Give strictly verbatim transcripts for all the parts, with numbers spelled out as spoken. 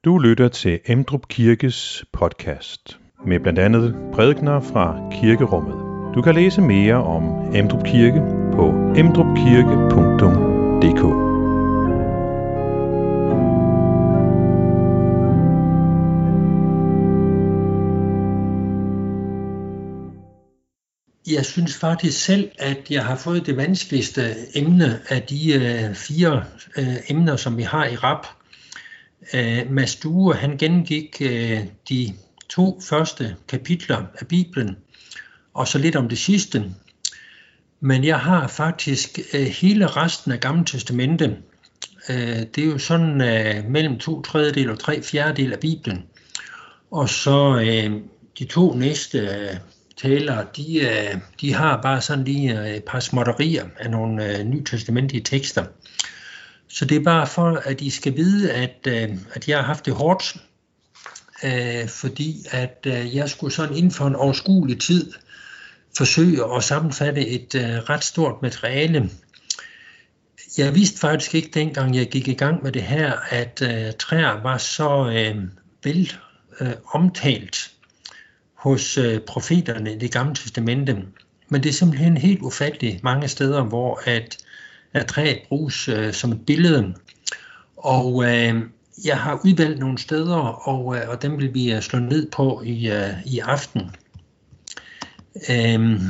Du lytter til Emdrup Kirkes podcast med blandt andet prædikener fra kirkerummet. Du kan læse mere om Emdrup Kirke på emdrupkirke punktum d k. Jeg synes faktisk selv, at jeg har fået det vanskeligste emne af de øh, fire øh, emner, som vi har i rap. Uh, Mads Due, han gennemgik uh, de to første kapitler af Bibelen, og så lidt om det sidste. Men jeg har faktisk uh, hele resten af Gamle Testamente. Uh, det er jo sådan uh, mellem to tredjedel og tre fjerdedel af Bibelen. Og så uh, de to næste uh, talere, de, uh, de har bare sådan lige uh, et par småtterier af nogle uh, nytestamentlige tekster. Så det er bare for, at I skal vide, at, øh, at jeg har haft det hårdt, øh, fordi at øh, jeg skulle sådan inden for en overskuelig tid forsøge at sammenfatte et øh, ret stort materiale. Jeg vidste faktisk ikke dengang jeg gik i gang med det her, at øh, træer var så øh, vel øh, omtalt hos øh, profeterne i Det Gamle Testamente. Men det er simpelthen helt ufatteligt mange steder, hvor at at træet bruges øh, som et billede, og øh, jeg har udvalgt nogle steder, og, øh, og dem vil vi uh, slå ned på i, uh, i aften. Øh,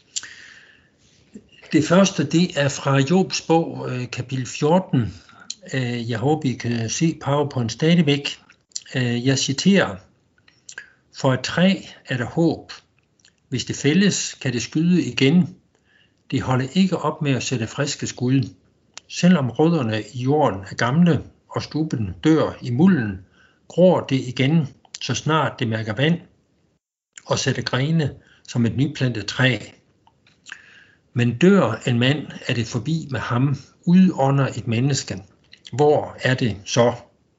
det første, det er fra Jobs bog, øh, kapitel fjorten. Øh, jeg håber, I kan se PowerPoint stadigvæk. Øh, jeg citerer: For et træ er der håb. Hvis det fældes, kan det skyde igen. De holder ikke op med at sætte friske skud. Selvom rødderne i jorden er gamle, og stubben dør i mulden, gror det igen, så snart det mærker vand, og sætter grene som et nyplantet træ. Men dør en mand, er det forbi med ham, udånder et menneske. Hvor er det så?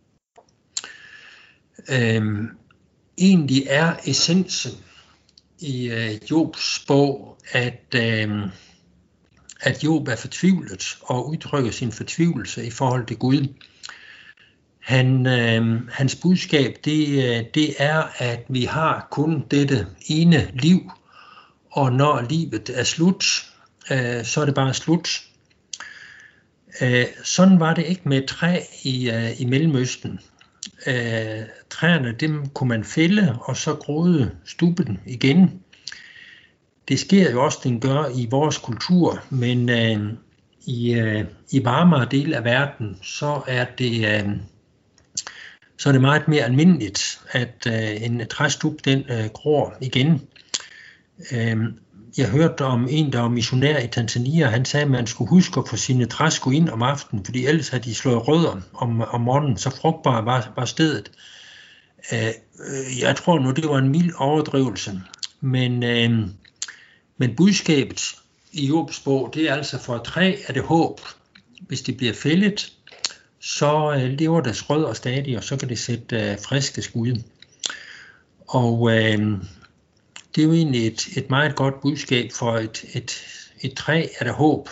Øhm, egentlig er essensen i øh, Jobs bog, at øh, at Job er fortvivlet og udtrykker sin fortvivlelse i forhold til Gud. Han, øh, hans budskab, det, det er, at vi har kun dette ene liv, og når livet er slut, øh, så er det bare slut. Øh, sådan var det ikke med træ i, øh, i Mellemøsten. Øh, træerne, dem kunne man fælde, og så groede stubben igen. Det sker jo også, den gør i vores kultur, men øh, i, øh, i varmere del af verden, så er det, øh, så er det meget mere almindeligt, at øh, en træstub den øh, gror igen. Øh, jeg hørte om en, der var missionær i Tanzania. Han sagde, at man skulle huske at få sine træsko ind om aftenen, fordi ellers havde de slået rødder om, om morgenen, så frugtbar var, var stedet. Øh, jeg tror nu, det var en mild overdrivelse, men... Øh, Men budskabet i Jobs bog, det er altså, for et træ er det håb. Hvis det bliver fældet, så øh, lever deres rødder stadig, og så kan det sætte øh, friske skud. Og øh, det er jo egentlig et, et meget godt budskab, for et, et, et træ er der håb.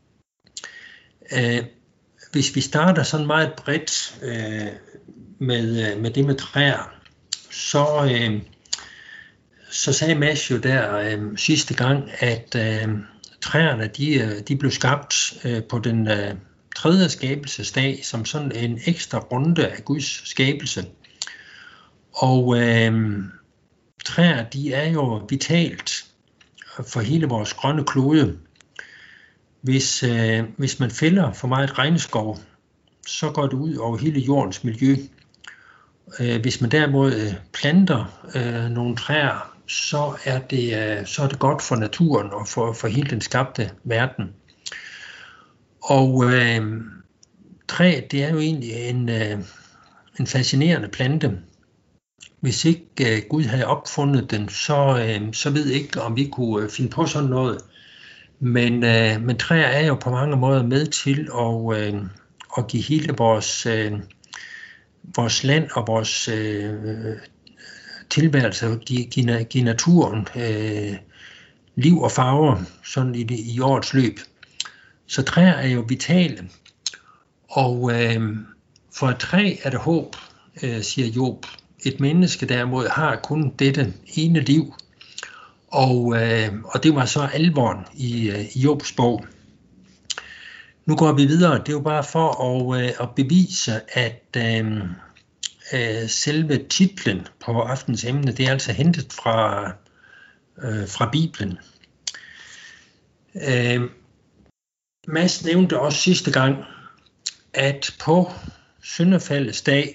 Øh, hvis vi starter sådan meget bredt øh, med, med det med træer, så... Øh, Så sagde Mads jo der øh, sidste gang, at øh, træerne de, de blev skabt øh, på den øh, tredje skabelsesdag som sådan en ekstra runde af Guds skabelse. Og øh, træer, de er jo vitalt for hele vores grønne klode. Hvis, øh, hvis man fælder for meget regnskov, så går det ud over hele jordens miljø. Øh, hvis man derimod planter øh, nogle træer, så er det, så er det godt for naturen og for, for hele den skabte verden. Og øh, træet, det er jo egentlig en, øh, en fascinerende plante. Hvis ikke øh, Gud havde opfundet den, så, øh, så ved jeg ikke, om vi kunne finde på sådan noget. Men, øh, men træer er jo på mange måder med til at, øh, at give hele vores, øh, vores land og vores øh, tilværelse, give, give, give naturen øh, liv og farver sådan i, det, i årets løb. Så træer er jo vitale, og øh, for et træ er der håb. øh, siger Job. Et menneske derimod har kun dette ene liv. Og, øh, og det var så alvoren i, øh, i Jobs bog. Nu går vi videre. Det er jo bare for at, øh, at bevise, at øh, øh, selve titlen på aftens emne, det er altså hentet fra, øh, fra Bibelen. Øh, Mads nævnte også sidste gang, at på syndefaldets dag,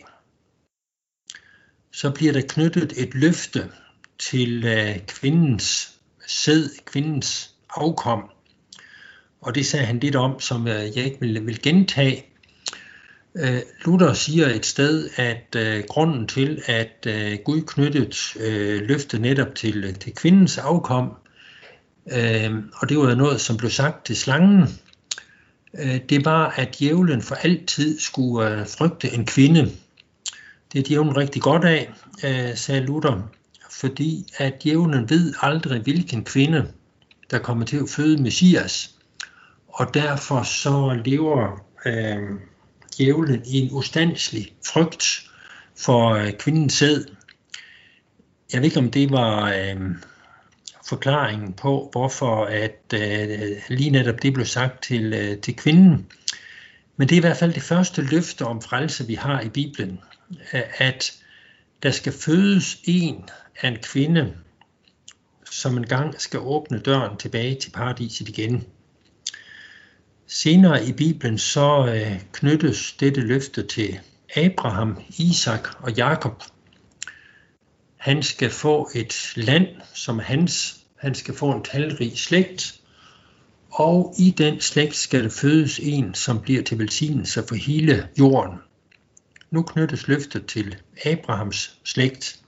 så bliver der knyttet et løfte til øh, kvindens sæd, kvindens afkom. Og det sagde han lidt om, som jeg ikke vil, vil gentage. Øh, Luther siger et sted, at øh, grunden til, at øh, Gud knyttede øh, løftet netop til, til kvindens afkom, øh, og det var noget, som blev sagt til slangen, øh, det var, at djævlen for altid skulle øh, frygte en kvinde. Det er djævlen rigtig godt af, øh, sagde Luther, fordi at djævlen ved aldrig, hvilken kvinde, der kommer til at føde Messias. Og derfor så lever øh, djævlen i en ustandelig frygt for øh, kvindens sæd. Jeg ved ikke, om det var øh, forklaringen på, hvorfor at øh, lige netop det blev sagt til, øh, til kvinden. Men det er i hvert fald det første løfte om frelse, vi har i Bibelen. At der skal fødes en af en kvinde, som en gang skal åbne døren tilbage til paradiset igen. Senere i Bibelen så øh, knyttes dette løfte til Abraham, Isak og Jakob. Han skal få et land som hans, han skal få en talrig slægt, og i den slægt skal der fødes en, som bliver til velsignelse for hele jorden. Nu knyttes løftet til Abrahams slægt.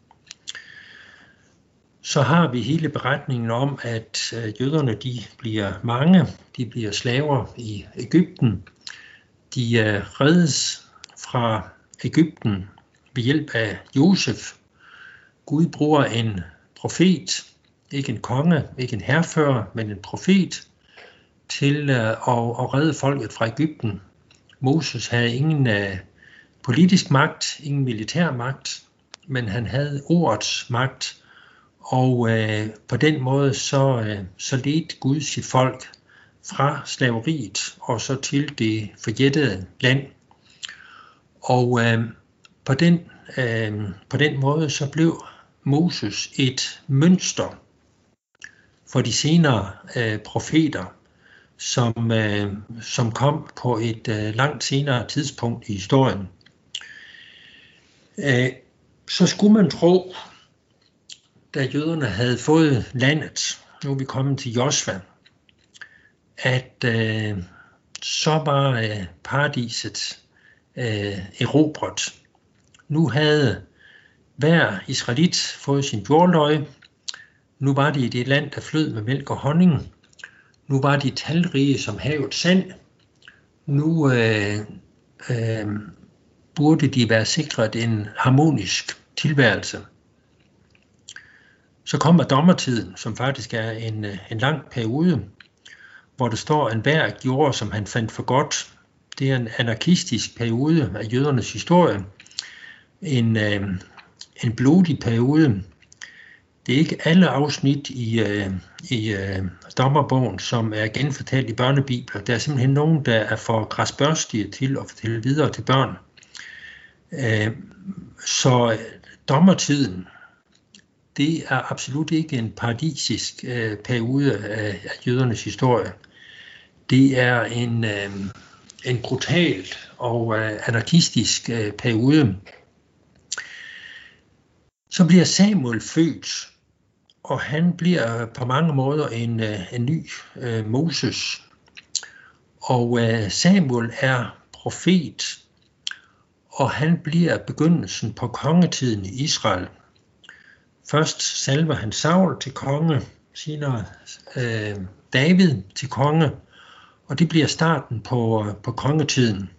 Så har vi hele beretningen om, at jøderne de bliver mange, de bliver slaver i Egypten. De reddes fra Egypten ved hjælp af Josef. Gud bruger en profet, ikke en konge, ikke en hærfører, men en profet, til at, at redde folket fra Egypten. Moses havde ingen politisk magt, ingen militær magt, men han havde ordets magt. Og øh, på den måde så, øh, så ledte Gud sit folk fra slaveriet og så til det forjættede land. Og øh, på, den, øh, på den måde så blev Moses et mønster for de senere øh, profeter, som, øh, som kom på et øh, langt senere tidspunkt i historien. Øh, så skulle man tro, da jøderne havde fået landet, nu er vi kommet til Josva, at øh, så var øh, paradiset øh, erobret. Nu havde hver israelit fået sin jordløje. Nu var de i det land, der flød med mælk og honning. Nu var de talrige som havet sand. Nu øh, øh, burde de være sikret en harmonisk tilværelse. Så kommer dommertiden, som faktisk er en, en lang periode, hvor der står, en hver gjorde, som han fandt for godt. Det er en anarkistisk periode af jødernes historie. En, øh, en blodig periode. Det er ikke alle afsnit i, øh, i øh, dommerbogen, som er genfortalt i børnebibler. Der er simpelthen nogen, der er for græsbørstige til at fortælle videre til børn. Øh, så dommertiden, det er absolut ikke en paradisisk øh, periode af, af jødernes historie. Det er en, øh, en brutal og øh, anarkistisk øh, periode. Så bliver Samuel født, og han bliver på mange måder en, øh, en ny øh, Moses. Og øh, Samuel er profet, og han bliver begyndelsen på kongetiden i Israel. Først salver han Saul til konge, senere øh, David til konge, og det bliver starten på, på kongetiden.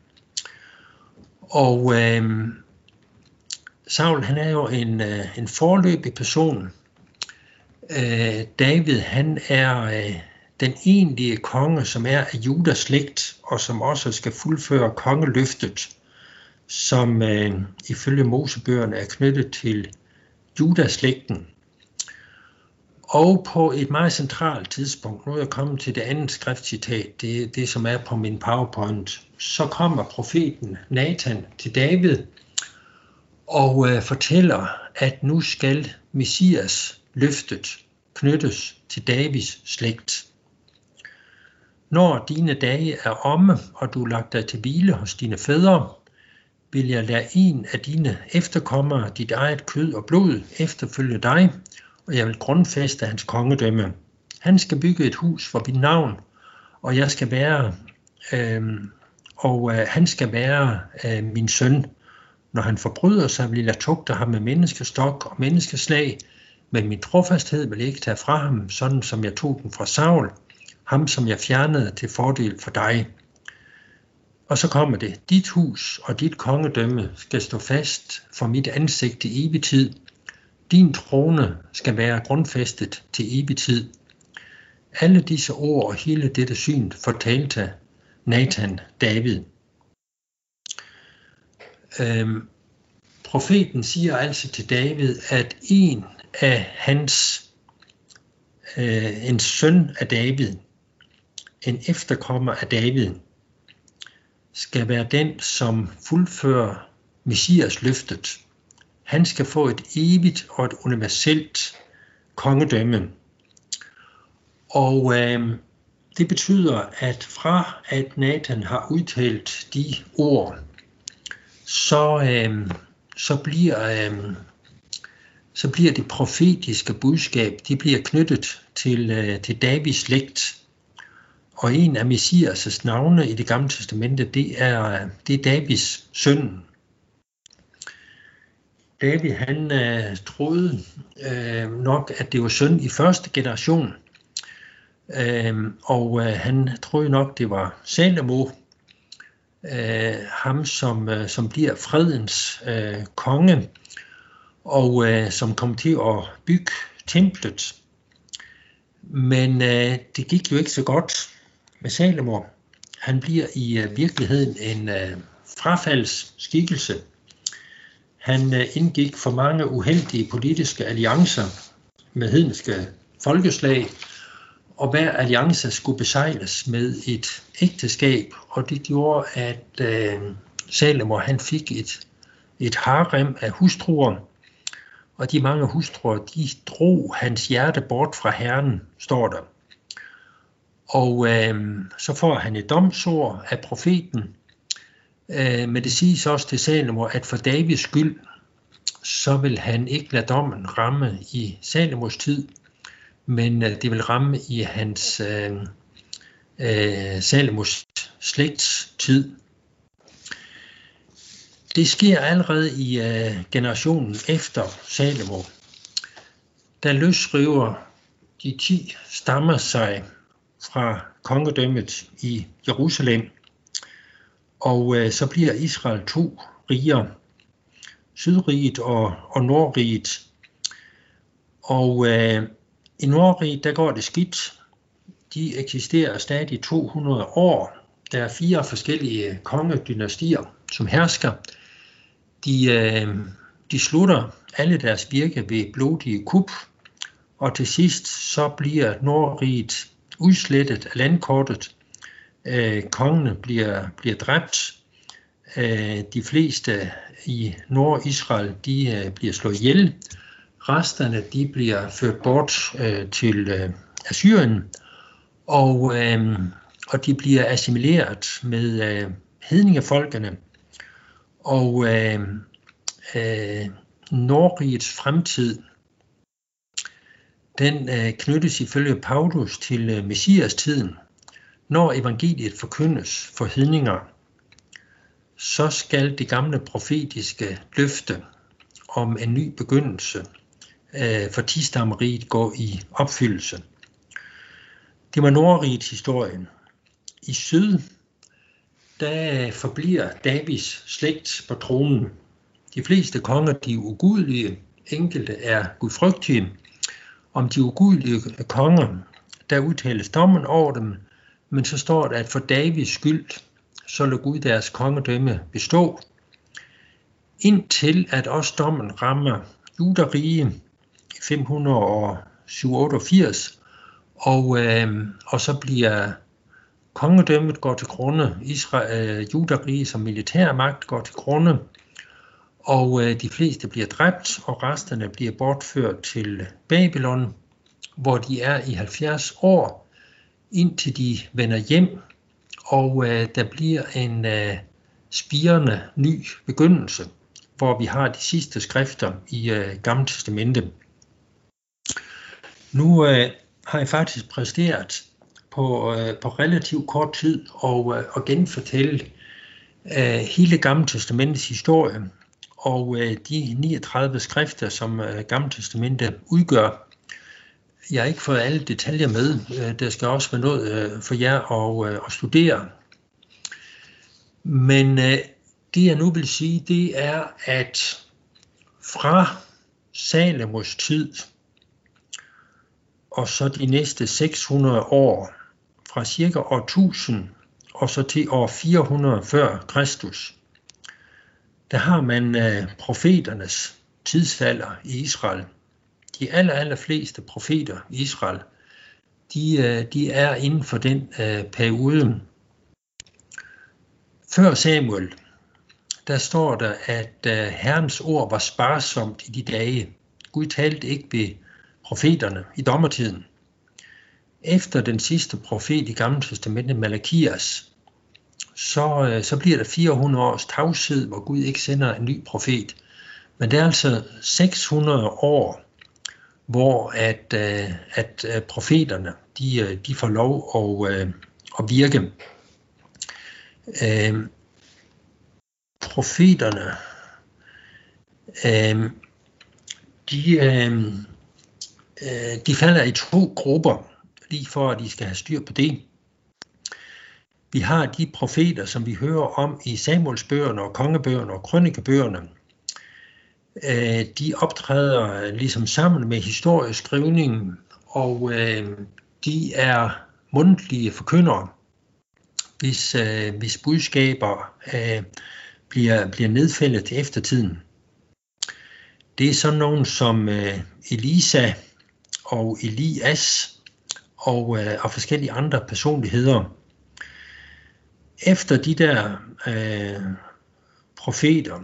Og øh, Saul, han er jo en, øh, en foreløbig person. Øh, David, han er øh, den egentlige konge, som er af Judas slægt, og som også skal fuldføre kongeløftet, som øh, ifølge Mosebøgerne er knyttet til Judas-slægten. Og på et meget centralt tidspunkt, nu er jeg kommet til det andet skriftcitat, det, det som er på min PowerPoint, så kommer profeten Nathan til David og øh, fortæller, at nu skal Messias løftet knyttes til Davids slægt. Når dine dage er omme, og du lagt dig til hvile hos dine fædre, vil jeg lade en af dine efterkommere, dit eget kød og blod, efterfølge dig, og jeg vil grundfæste hans kongedømme. Han skal bygge et hus for mit navn, og jeg skal være, øh, og øh, han skal være øh, min søn. Når han forbryder sig, vil jeg tugte ham med menneskestok og menneskeslag, men min trofasthed vil ikke tage fra ham, sådan som jeg tog den fra Saul, ham som jeg fjernede til fordel for dig. Og så kommer det, dit hus og dit kongedømme skal stå fast for mit ansigt i evig tid. Din trone skal være grundfæstet til evig tid. Alle disse ord og hele dette syn fortalte Nathan David. Øhm, profeten siger altså til David, at en af hans, øh, en søn af David, en efterkommer af David, skal være den, som fuldfører Messias løftet. Han skal få et evigt og et universelt kongedømme. Og øh, det betyder, at fra at Nathan har udtalt de ord, så, øh, så, bliver, øh, så bliver det profetiske budskab, de bliver knyttet til, øh, til Davids slægt. Og en af Messias' navne i det gamle testamente, det er, det er Davids søn. David han øh, troede øh, nok, at det var søn i første generation, øh, og øh, han troede nok, det var Salomo, øh, ham som, øh, som bliver fredens øh, konge, og øh, som kom til at bygge templet. Men øh, det gik jo ikke så godt med Salomo. Han bliver i øh, virkeligheden en øh, frafaldsskikkelse. Han øh, indgik for mange uheldige politiske alliancer med hedenske folkeslag, og hver alliance skulle besejles med et ægteskab, og det gjorde, at øh, Salomo han fik et, et harem af hustruer, og de mange hustruer, de drog hans hjerte bort fra Herren, står der. Og øh, så får han et domsord af profeten, øh, men det siges også til Salomo, at for Davids skyld, så vil han ikke lade dommen ramme i Salomos tid, men øh, det vil ramme i hans øh, øh, Salomos slægts tid. Det sker allerede i øh, generationen efter Salomo. Der løsriver de ti stammer sig fra kongedømmet i Jerusalem, og øh, så bliver Israel to riger, Sydriget og, og Nordriget. Og øh, i Nordriget, der går det skidt. De eksisterer stadig to hundrede år. Der er fire forskellige kongedynastier, som hersker. De, øh, de slutter alle deres virke ved blodige kup, og til sidst så bliver Nordriget udslettet af landkortet. Øh, kongene bliver, bliver dræbt. Øh, de fleste i Nord-Israel, de øh, bliver slået ihjel. Resterne, de bliver ført bort øh, til øh, Assyrien, og, øh, og de bliver assimileret med øh, hedningefolkene. Og øh, øh, Nordrigets fremtid, den øh, knyttes ifølge Paulus til øh, Messias-tiden. Når evangeliet forkyndes for hedninger, så skal det gamle profetiske løfte om en ny begyndelse øh, for tistammeriget gå i opfyldelse. Det var Nordrigets historien. I syd, der forbliver Davids slægt på tronen. De fleste konger, de er ugudelige, enkelte er gudfrygtige. Om de ugudelige konger, der udtales dommen over dem, men så står der, at for Davids skyld, så lå Gud deres kongedømme bestå. indtil at også dommen rammer Juderriget i fem hundrede syvogfirs, og, øh, og så bliver kongedømmet går til grunde, Israel, øh, Juderriget som militærmagt går til grunde, og øh, de fleste bliver dræbt, og resterne bliver bortført til Babylon, hvor de er i halvfjerds år, indtil de vender hjem, og øh, der bliver en øh, spirende ny begyndelse, hvor vi har de sidste skrifter i øh, Gamle Testamente. Nu øh, har jeg faktisk præsteret på, øh, på relativt kort tid og, øh, og genfortælle øh, hele Gamle Testamentets historie, og øh, de niogtredive skrifter, som øh, Gamle Testamente udgør. Jeg har ikke fået alle detaljer med. Der skal også være noget øh, for jer at, øh, at studere. Men øh, det jeg nu vil sige, det er, at fra Salomos tid og så de næste seks hundrede år, fra cirka år tusind og så til år fire hundrede før Kristus, der har man øh, profeternes tidsfalder i Israel. De aller, aller fleste profeter i Israel, de, øh, de er inden for den øh, periode. Før Samuel, der står der, at øh, Herrens ord var sparsomt i de dage. Gud talte ikke ved profeterne i dommertiden. Efter den sidste profet i Gamle Testamentet, Malakias, så, øh, så bliver der fire hundrede års tavshed, hvor Gud ikke sender en ny profet. Men det er altså seks hundrede år, hvor at, øh, at øh, profeterne, de, de får lov at, øh, at virke. Øh, profeterne, øh, de, øh, de falder i to grupper, lige for at de skal have styr på det. Vi har de profeter, som vi hører om i Samuelsbøgerne og kongebøgerne og krønikebøgerne. Øh, de optræder ligesom sammen med historieskrivningen, og øh, de er mundtlige forkyndere, hvis, øh, hvis budskaber øh, bliver, bliver nedfældet til eftertiden. Det er sådan nogen som øh, Elisa og Elias og, øh, og forskellige andre personligheder. Efter de der øh, profeter,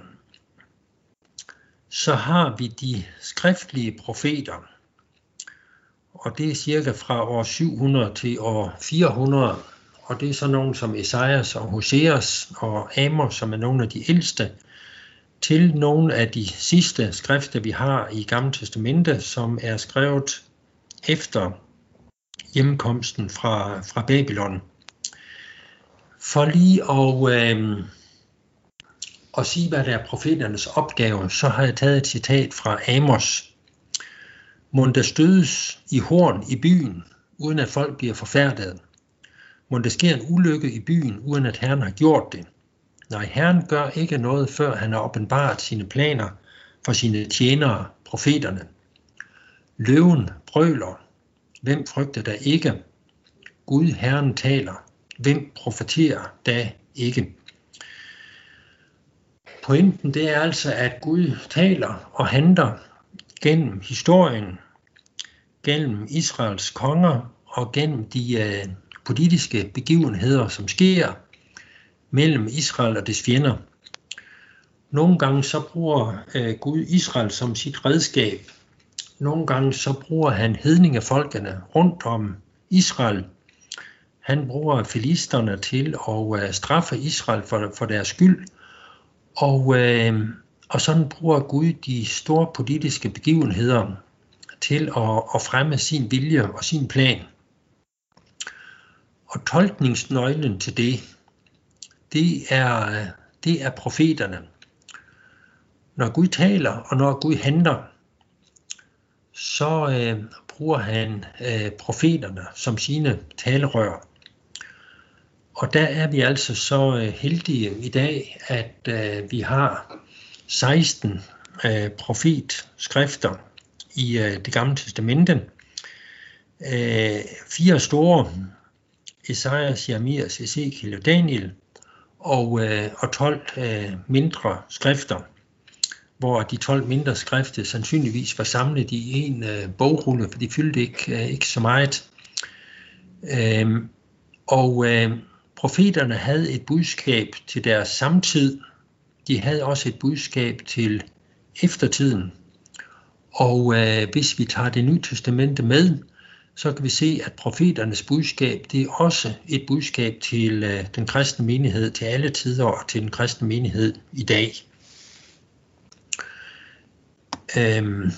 så har vi de skriftlige profeter, og det er cirka fra år syv hundrede til år fire hundrede, og det er så nogen som Esajas og Hoseas og Amos, som er nogle af de ældste, til nogle af de sidste skrifter, vi har i Gamle Testamente, som er skrevet efter hjemkomsten fra, fra Babylon. For lige at, øh, at sige, hvad der er profeternes opgave, så har jeg taget et citat fra Amos. Mon der stødes i horn i byen, uden at folk bliver forfærdet. Mon der sker en ulykke i byen, uden at Herren har gjort det. Nej, Herren gør ikke noget, før han har åbenbart sine planer for sine tjenere, profeterne. Løven brøler. Hvem frygter der ikke? Gud, Herren taler. Hvem profeterer da ikke? Pointen det er altså, at Gud taler og handler gennem historien, gennem Israels konger og gennem de øh, politiske begivenheder, som sker mellem Israel og dets fjender. Nogle gange så bruger øh, Gud Israel som sit redskab. Nogle gange så bruger han hedningefolkene rundt om Israel. Han bruger filisterne til at øh, straffe Israel for, for deres skyld. Og, øh, og sådan bruger Gud de store politiske begivenheder til at, at fremme sin vilje og sin plan. Og tolkningsnøglen til det, det er, det er profeterne. Når Gud taler, og når Gud handler, så øh, bruger han øh, profeterne som sine talerør. Og der er vi altså så øh, heldige i dag, at øh, vi har seksten øh, profetskrifter i øh, det Gamle Testamente. Øh, fire store, Esajas, Jeremias, Ezekiel og Daniel, og, øh, og tolv øh, mindre skrifter. hvor de tolv mindre skrifter sandsynligvis var samlet i en øh, bogrulle, for de fyldte ikke, øh, ikke så meget. Øhm, og øh, profeterne havde et budskab til deres samtid. De havde også et budskab til eftertiden. Og øh, hvis vi tager Det Nye Testamente med, så kan vi se, at profeternes budskab, det er også et budskab til øh, den kristne menighed, til alle tider og til den kristne menighed i dag. Øhm.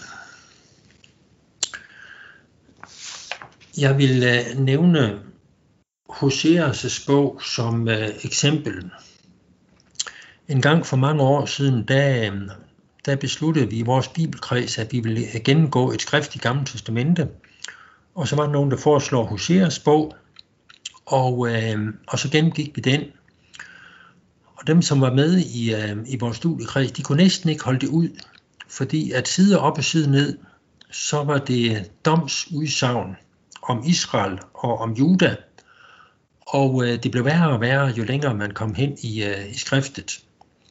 Jeg vil øh, nævne Hoseas' bog som øh, eksempel. En gang for mange år siden, der, øh, der besluttede vi i vores bibelkreds, at vi ville gennemgå et skrift i Gamle Testamente. Og så var der nogen, der foreslår Hoseas bog, og, øh, og så gennemgik vi den. Og dem, som var med i, øh, i vores studiekreds, de kunne næsten ikke holde det ud, fordi at side op og side ned, så var det domsudsagn om Israel og om Juda, og øh, det blev værre og værre, jo længere man kom hen i, øh, i skriftet.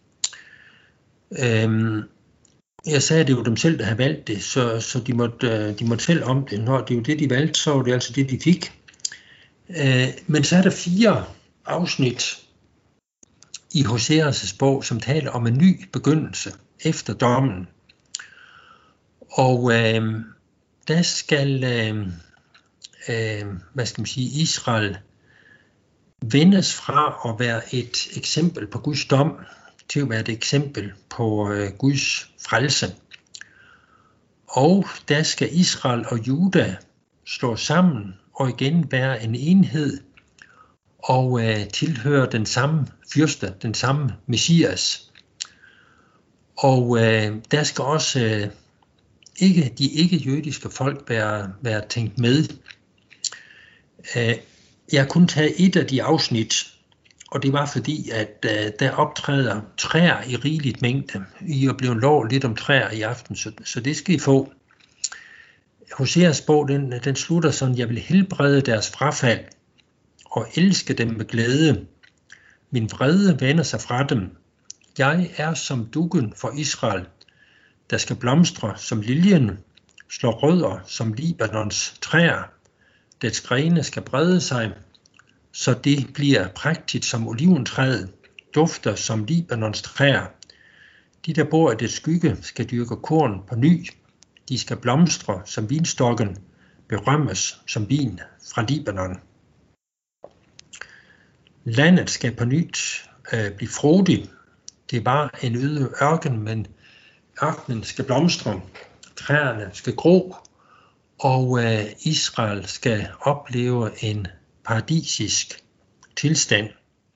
Øhm, jeg sagde, at det var dem selv, der havde valgt det, så, så de, måtte, øh, de måtte selv om det. Når det var det, de valgte, så var det altså det, de fik. Øh, men så er der fire afsnit i Hoseas' bog, som taler om en ny begyndelse efter dommen. Og øh, der skal... Øh, Øh, hvad skal man sige, Israel vendes fra at være et eksempel på Guds dom til at være et eksempel på øh, Guds frelse. Og der skal Israel og Juda slå sammen og igen være en enhed og øh, tilhøre den samme fyrste, den samme Messias. Og øh, der skal også øh, ikke, de ikke-jødiske folk være, være tænkt med. Jeg har kun taget et af de afsnit, og det var fordi, at uh, der optræder træer i rigeligt mængde. I er blevet lovet lidt om træer i aften, så, så det skal I få. Hoseas bog, den, den slutter sådan: jeg vil helbrede deres frafald og elske dem med glæde. Min vrede vender sig fra dem. Jeg er som duggen for Israel, der skal blomstre som liljen, slå rødder som Libanons træer. Dets grene skal brede sig, så det bliver prægtigt som oliventræet, dufter som Libanons træer. De, der bor i det skygge, skal dyrke korn på ny. De skal blomstre som vinstokken, berømmes som vin fra Libanon. Landet skal på nyt øh, blive frodigt. Det var en øde ørken, men ørkenen skal blomstre. Træerne skal gro. Og øh, Israel skal opleve en paradisisk tilstand.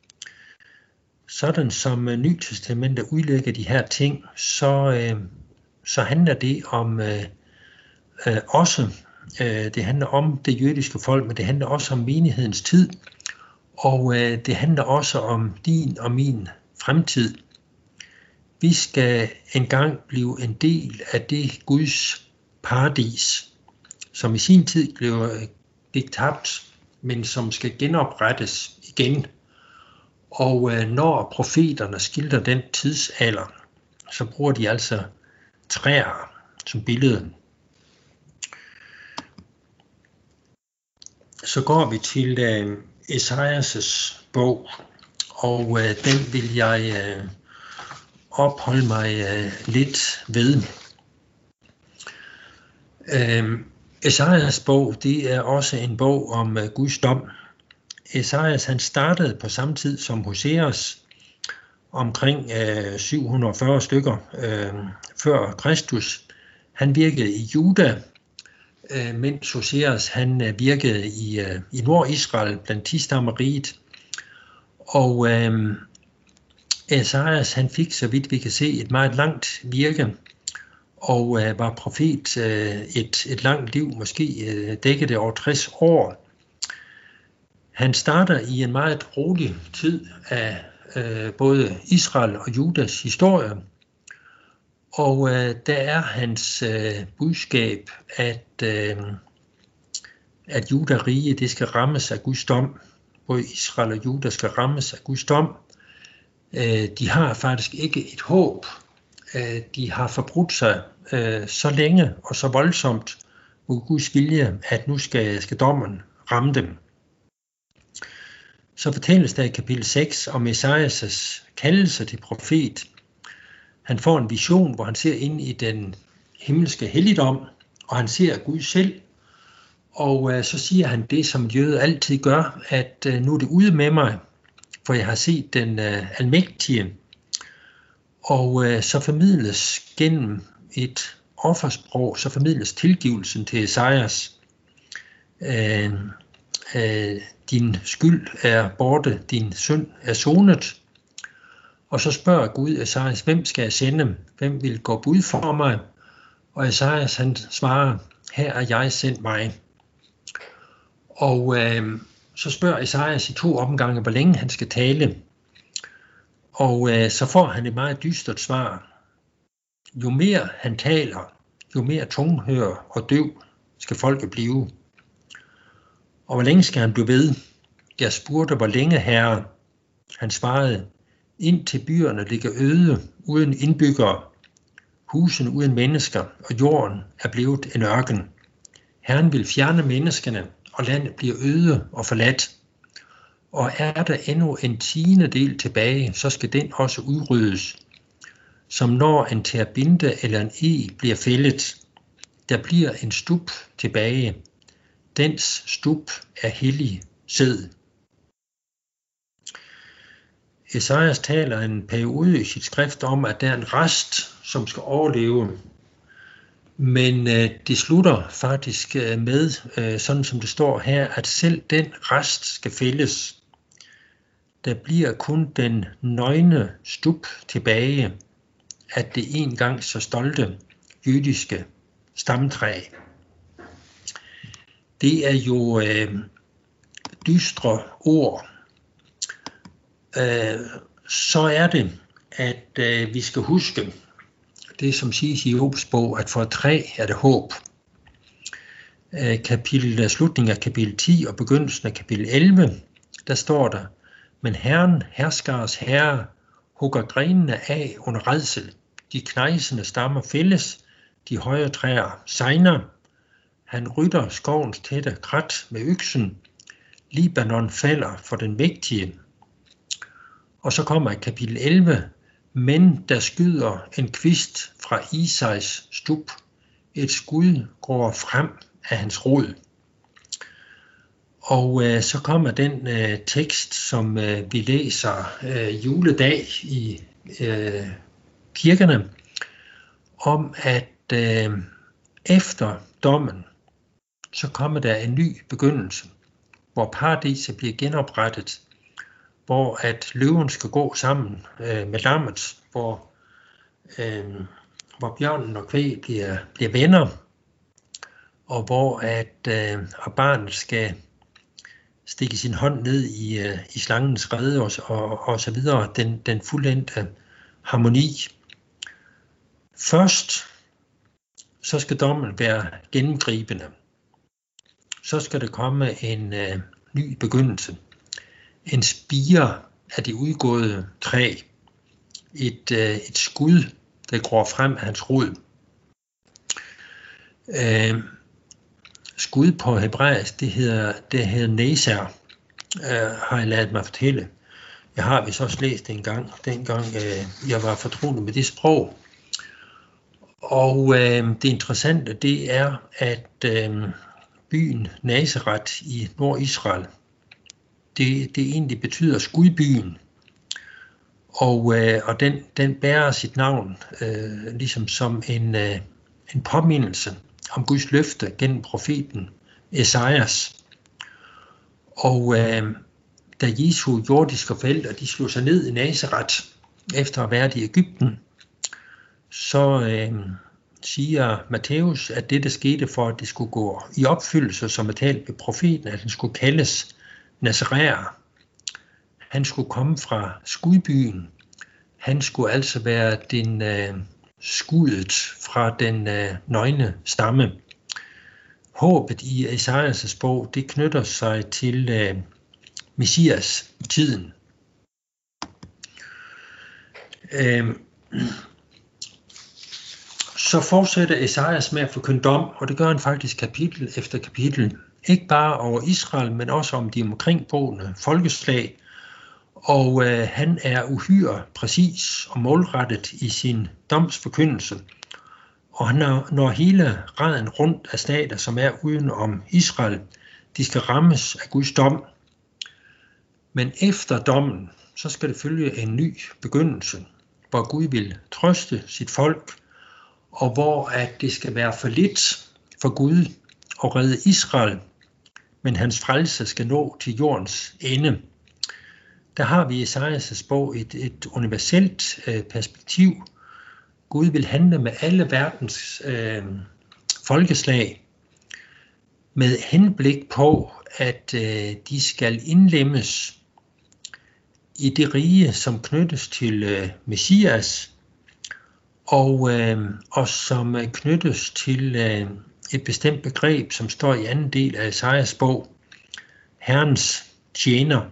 Sådan som øh, Nye Testamentet udlægger de her ting, så, øh, så handler det om øh, øh, også, øh, det handler om det jødiske folk, men det handler også om menighedens tid, og øh, det handler også om din og min fremtid. Vi skal engang blive en del af det Guds paradis, som i sin tid blev, gik tabt, men som skal genoprettes igen. Og øh, når profeterne skildrer den tidsalder, så bruger de altså træer som billede. Så går vi til øh, Esajas' bog, og øh, den vil jeg øh, opholde mig øh, lidt ved. Øh, Esajas bog, det er også en bog om uh, Guds dom. Esajas, han startede på samme tid som Hoseas, omkring uh, syv hundrede og fyrre stykker uh, før Kristus. Han virkede i Juda, uh, mens Hoseas han uh, virkede i, uh, i Nord-Israel blandt ti-stammeriget. Og uh, Esajas, han fik, så vidt vi kan se, et meget langt virke, og øh, var profet øh, et, et langt liv, måske øh, dækkede det over tres år. Han starter i en meget rolig tid af øh, både Israel og Judas historie, og øh, der er hans øh, budskab, at, øh, at Juda-rige, det skal rammes af Guds dom. Både Israel og Juda skal rammes af Guds dom. Øh, de har faktisk ikke et håb øh, de har forbrudt sig øh, så længe og så voldsomt mod Guds vilje, at nu skal, skal dommen ramme dem. Så fortælles der i kapitel seks om Esajas kaldelse til profet. Han får en vision, hvor han ser ind i den himmelske helligdom, og han ser Gud selv. Og øh, så siger han det, som jøde altid gør, at øh, nu er det ude med mig, for jeg har set den øh, almægtige. Og øh, så formidles gennem et offersprog, så formidles tilgivelsen til Esajas. Øh, øh, din skyld er borte, din synd er sonet. Og så spørger Gud Esajas, hvem skal jeg sende? Hvem vil gå bud for mig? Og Esajas han svarer, her er jeg sendt mig. Og øh, så spørger Esajas i to omgange, hvor længe han skal tale. Og øh, så får han et meget dystert svar. Jo mere han taler, jo mere tunghør og døv skal folket blive. Og hvor længe skal han blive ved? Jeg spurgte, hvor længe, herre? Han svarede, indtil byerne ligger øde, uden indbyggere, husene uden mennesker, og jorden er blevet en ørken. Herren vil fjerne menneskene, og landet bliver øde og forladt. Og er der endnu en tiende del tilbage, så skal den også udryddes. Som når en terbinte eller en eg bliver fældet, der bliver en stup tilbage. Dens stup er hellig sæd. Esajas taler en periode i sit skrift om, at der er en rest, som skal overleve. Men øh, det slutter faktisk øh, med, øh, sådan som det står her, at selv den rest skal fældes. Der bliver kun den nøgne stup tilbage, at det engang så stolte jødiske stamtræ. Det er jo øh, dystre ord. Øh, så er det, at øh, vi skal huske det, som siges i Jobs bog, at for et træ er det håb. Øh, kapitel, slutningen af kapitel ti og begyndelsen af kapitel elleve, der står der, men Herren, herskers herre, hugger grenene af under rædsel. De knejsende stammer fælles, de høje træer segner. Han rydder skovens tætte krat med øksen. Libanon falder for den mægtige. Og så kommer kapitel elleve. Men der skyder en kvist fra Isais stup. Et skud går frem af hans rod. Og øh, så kommer den øh, tekst, som øh, vi læser øh, juledag i øh, kirkerne, om at øh, efter dommen, så kommer der en ny begyndelse, hvor paradiset bliver genoprettet, hvor at løven skal gå sammen øh, med lammet, hvor, øh, hvor bjørnen og kvæg bliver, bliver venner, og hvor at øh, og barnet skal stikke sin hånd ned i, uh, i slangens rede og, og, og så videre, den, den fuldendte harmoni. Først så skal dommen være gennemgribende. Så skal der komme en uh, ny begyndelse. En spire af det udgåede træ. Et, uh, et skud, der går frem af hans rod. Uh, Skud på hebraisk, det hedder, det hedder neser, øh, har jeg ladet mig fortælle. Jeg har vist også læst det en gang, dengang øh, jeg var fortrolig med det sprog. Og øh, det interessante, det er, at øh, byen Nazaret i Nordisrael, det, det egentlig betyder skudbyen. Og, øh, og den, den bærer sit navn øh, ligesom som en, øh, en påmindelse om Guds løfte gennem profeten Esajas. Og øh, da Jesu jordiske forældre de slog sig ned i Nazaret efter at have været i Egypten, så øh, siger Matthæus, at det der skete for, at det skulle gå i opfyldelse, som er talt ved profeten, at han skulle kaldes Nazaræer. Han skulle komme fra skudbyen. Han skulle altså være den øh, skuddet fra den øh, nøgne stamme. Håbet i Esajas bog, det knytter sig til øh, Messias tiden. Øh, så fortsætter Esajas med at forkynde dom, og det gør han faktisk kapitel efter kapitel. Ikke bare over Israel, men også om de omkringboende folkeslag. Og øh, han er uhyre præcis og målrettet i sin domsforkyndelse. Og han er, når hele raden rundt af stater, som er uden om Israel, de skal rammes af Guds dom. Men efter dommen, så skal det følge en ny begyndelse, hvor Gud vil trøste sit folk, og hvor at det skal være for lidt for Gud at redde Israel, men hans frelse skal nå til jordens ende. Der har vi i Esajas bog et, et universelt øh, perspektiv. Gud vil handle med alle verdens øh, folkeslag med henblik på, at øh, de skal indlemmes i det rige, som knyttes til øh, Messias, og, øh, og som knyttes til øh, et bestemt begreb, som står i anden del af Esajas bog, Herrens tjener.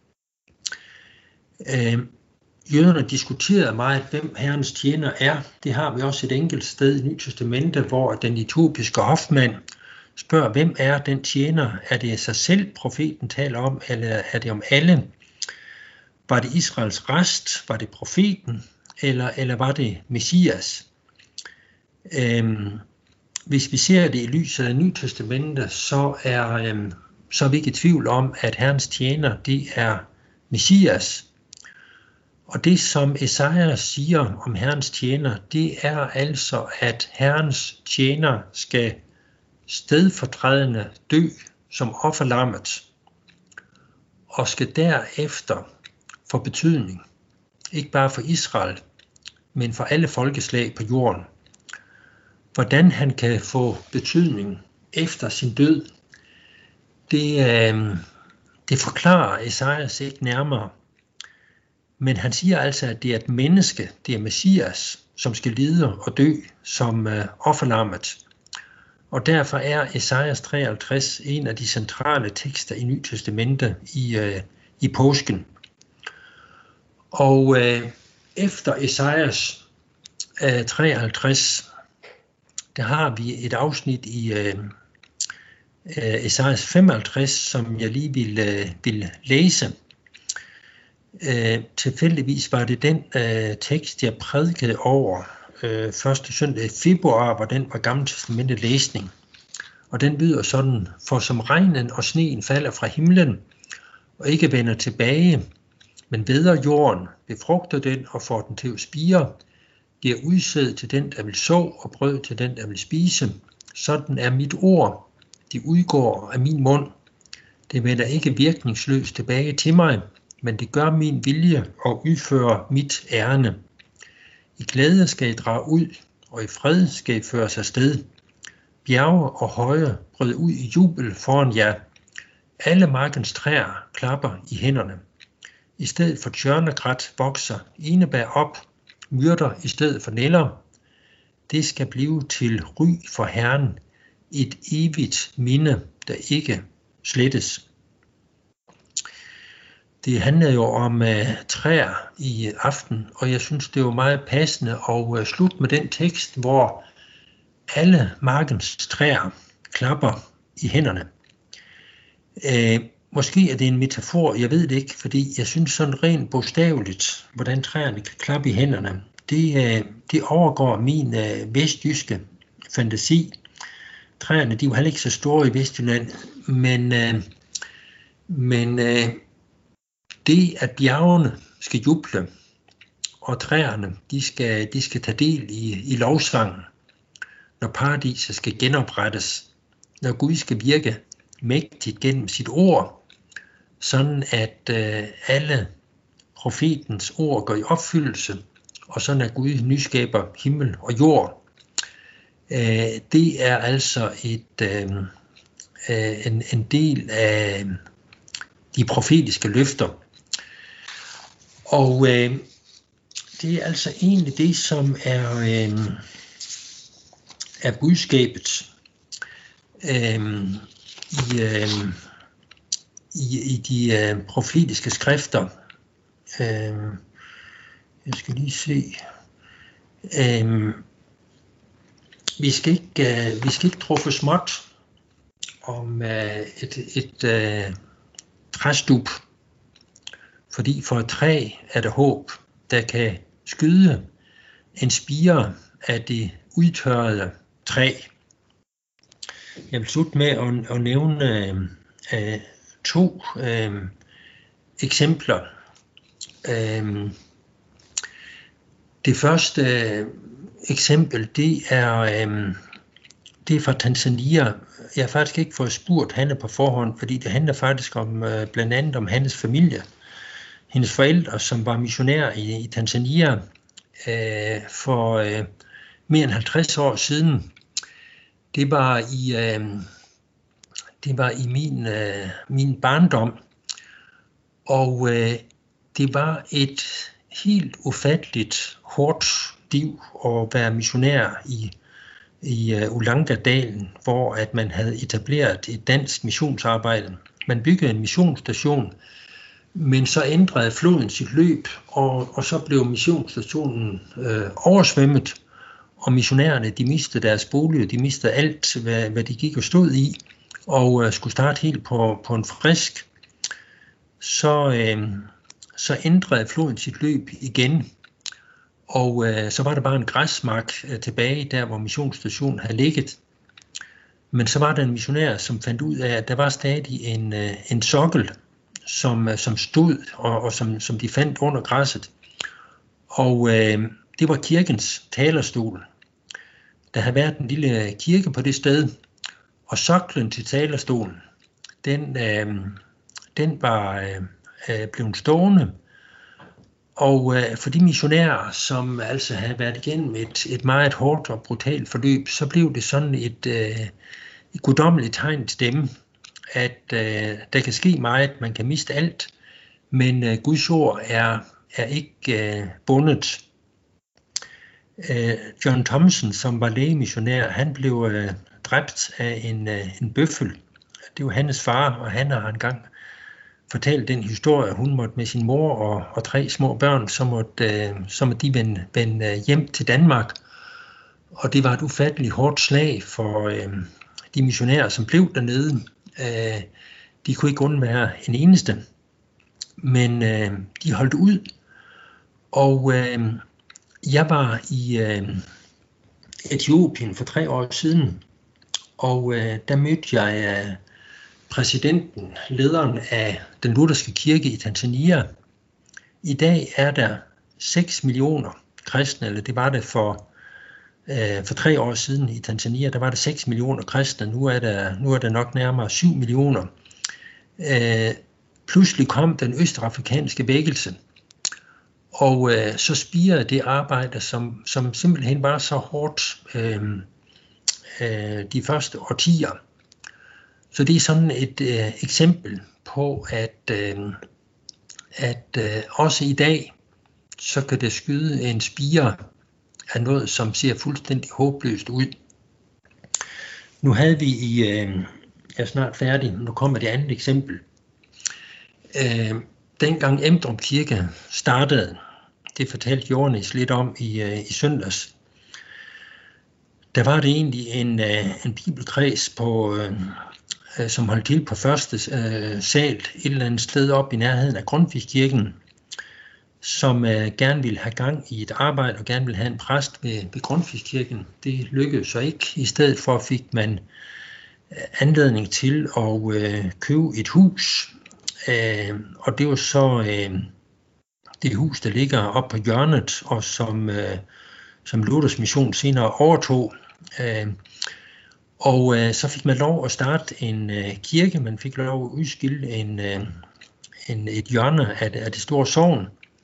Øh, jøderne diskuterede meget, hvem Herrens tjener er. Det har vi også et enkelt sted i Nye Testamente, hvor den etiopiske hofmand spørger, hvem er den tjener? Er det sig selv, profeten taler om, eller er det om alle? Var det Israels rest? Var det profeten? Eller, eller var det Messias? Øhm, hvis vi ser det i lyset af Nye Testamente, så er, øhm, så er vi ikke i tvivl om, at Herrens tjener, det er Messias. Og det, som Esajas siger om Herrens tjener, det er altså, at Herrens tjener skal stedfortrædende dø som offerlammet, og skal derefter få betydning, ikke bare for Israel, men for alle folkeslag på jorden. Hvordan han kan få betydning efter sin død, det, øh, det forklarer Esajas ikke nærmere. Men han siger altså, at det er et menneske, det er Messias, som skal lide og dø som øh, offerlammet. Og derfor er Esajas treoghalvtreds en af de centrale tekster i Nye Testamente i, øh, i påsken. Og øh, efter Esajas øh, treoghalvtreds, der har vi et afsnit i øh, øh, Esajas femoghalvtreds, som jeg lige vil, øh, vil læse. Øh, tilfældigvis var det den øh, tekst, jeg prædikede over øh, første søndag i februar, hvor den var Gamle Testamente læsning. Og den lyder sådan: for som regnen og sneen falder fra himlen og ikke vender tilbage, men vædder jorden, befrugter den og får den til at spire, giver udsæd til den, der vil så, og brød til den, der vil spise. Sådan er mit ord, de udgår af min mund. Det vender ikke virkningsløst tilbage til mig, men det gør min vilje og udfører mit ærne. I glæde skal I drage ud, og i fred skal I føres afsted. Bjerge og høje brød ud i jubel foran jer. Alle markens træer klapper i hænderne. I stedet for tjørnegræt vokser enebær op, myrter i stedet for næller. Det skal blive til ry for Herren, et evigt minde, der ikke slettes. Det handler jo om uh, træer i aften, og jeg synes, det er jo meget passende at uh, slutte med den tekst, hvor alle markens træer klapper i hænderne. Uh, måske er det en metafor, jeg ved det ikke, fordi jeg synes sådan rent bogstaveligt, hvordan træerne kan klappe i hænderne, det, uh, det overgår min uh, vestjyske fantasi. Træerne, de er jo heller ikke så store i Vestjylland, men, uh, men uh, det, at bjergene skal juble, og træerne, de skal, de skal tage del i, i lovsangen, når paradiset skal genoprettes, når Gud skal virke mægtigt gennem sit ord, sådan at øh, alle profetens ord går i opfyldelse, og sådan at Gud nyskaber himmel og jord. Øh, det er altså et, øh, øh, en, en del af de profetiske løfter. Og øh, det er altså egentlig det, som er, øh, er budskabet øh, i, øh, i, i de øh, profetiske skrifter. Øh, jeg skal lige se. Øh, vi skal ikke, uh, vi skal ikke tro for småt om uh, et, et uh, træstup, fordi for et træ er der håb, der kan skyde en spire af det udtørrede træ. Jeg vil slutte med at, at nævne uh, to uh, eksempler. Uh, det første uh, eksempel, det er, uh, det er fra Tanzania. Jeg har faktisk ikke fået spurgt Hanne på forhånd, fordi det handler faktisk om uh, blandt andet om Hannes familie. Hendes forældre, som var missionærer i, i Tanzania uh, for uh, mere end halvtreds år siden. Det var i, øh, det var i min, øh, min barndom, og øh, det var et helt ufatteligt hårdt liv at være missionær i, i uh, Ulanga-dalen, hvor at man havde etableret et dansk missionsarbejde. Man byggede en missionsstation, men så ændrede floden sit løb, og, og så blev missionsstationen øh, oversvømmet. Og missionærerne, de mistede deres bolig, de mistede alt, hvad, hvad de gik og stod i, og uh, skulle starte helt på, på en frisk. Så, øh, så ændrede floden sit løb igen, og uh, så var der bare en græsmark uh, tilbage, der hvor missionsstationen havde ligget. Men så var der en missionær, som fandt ud af, at der var stadig en, uh, en sokkel, som, uh, som stod, og, og som, som de fandt under græsset. Og uh, det var kirkens talerstol. Der havde været en lille kirke på det sted, og soklen til talerstolen, den, øh, den var øh, blevet stående. Og øh, for de missionærer, som altså havde været igennem et, et meget hårdt og brutalt forløb, så blev det sådan et, øh, et guddommeligt tegn til dem, at øh, der kan ske meget, man kan miste alt, men øh, Guds ord er, er ikke øh, bundet. John Thomsen, som var lægemissionær, han blev uh, dræbt af en, uh, en bøffel. Det var hans far, og han har engang fortalt den historie. Hun måtte med sin mor og, og tre små børn, så måtte, uh, så måtte de vende, vende hjem til Danmark. Og det var et ufatteligt hårdt slag for uh, de missionærer, som blev dernede. Uh, de kunne ikke undvære en eneste, men uh, de holdt ud. Og uh, Jeg var i øh, Etiopien for tre år siden, og øh, der mødte jeg øh, præsidenten, lederen af den lutherske kirke i Tanzania. I dag er der seks millioner kristne, eller det var det for, øh, for tre år siden i Tanzania, der var der seks millioner kristne, nu er der, nu er der nok nærmere syv millioner. Øh, pludselig kom den østafrikanske vækkelse. Og øh, så spirede det arbejde, som, som simpelthen var så hårdt øh, øh, de første årtier. Så det er sådan et øh, eksempel på, at, øh, at øh, også i dag, så kan det skyde en spire af noget, som ser fuldstændig håbløst ud. Nu havde vi i, øh, jeg er snart færdig, nu kommer det andet eksempel. Øh, dengang Emdrup Kirke startede, det fortalte Johannes lidt om i, uh, i søndags, der var det egentlig en, uh, en bibelkreds, på, uh, som holdt til på første uh, sal, et eller andet sted op i nærheden af Grundtvigskirken, som uh, gerne ville have gang i et arbejde og gerne ville have en præst ved, ved Grundtvigskirken. Det lykkedes så ikke. I stedet for fik man uh, anledning til at uh, købe et hus. Uh, og det var så uh, det hus, der ligger oppe på hjørnet, og som, uh, som Luthers Mission senere overtog. Uh, og uh, så fik man lov at starte en uh, kirke, man fik lov at udskille en, uh, en, et hjørne af, af det store sogn.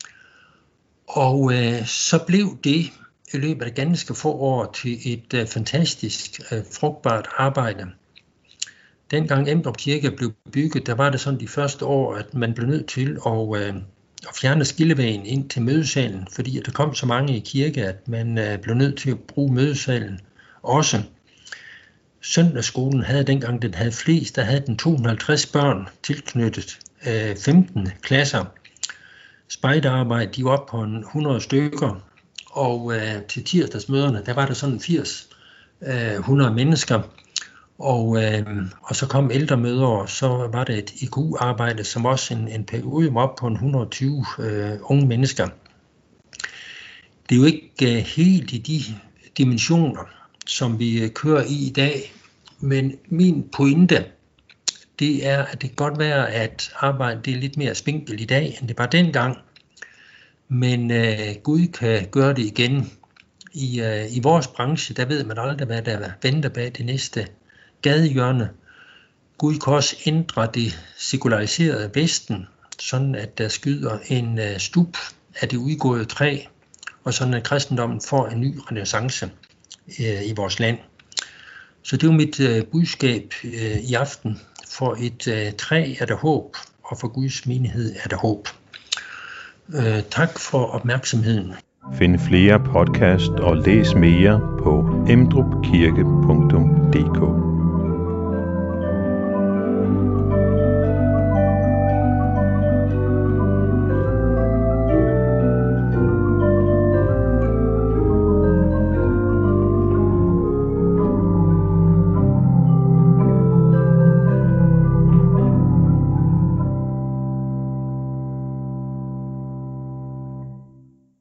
Og uh, så blev det i løbet af ganske få år til et uh, fantastisk uh, frugtbart arbejde. Dengang Emdrup Kirke blev bygget, der var det sådan de første år, at man blev nødt til at, øh, at fjerne skillevægen ind til mødesalen, fordi at der kom så mange i kirke, at man øh, blev nødt til at bruge mødesalen også. Søndagsskolen havde dengang, den havde flest, der havde den to hundrede og halvtreds børn tilknyttet, øh, femten klasser. Spejderarbejde, de var oppe på hundrede stykker, og øh, til tirsdagsmøderne, der var der sådan firs øh, hundrede mennesker. Og, øh, og så kom ældremøder, og så var det et I Q U-arbejde, som også en, en periode var op på en et hundrede og tyve øh, unge mennesker. Det er jo ikke øh, helt i de dimensioner, som vi øh, kører i i dag, men min pointe, det er, at det kan godt være, at arbejdet det er lidt mere spinkelt i dag, end det var dengang. Men øh, Gud kan gøre det igen. I, øh, I vores branche, der ved man aldrig, hvad der venter bag det næste gadehjørne. Gud kan også ændre det sekulariserede Vesten, sådan at der skyder en øh, stup af det udgåede træ, og sådan at kristendommen får en ny renæssance øh, i vores land. Så det er jo mit øh, budskab øh, i aften. For et øh, træ er der håb, og for Guds menighed er der håb. Øh, tak for opmærksomheden. Find flere podcast og læs mere på emdrupkirke punktum d k.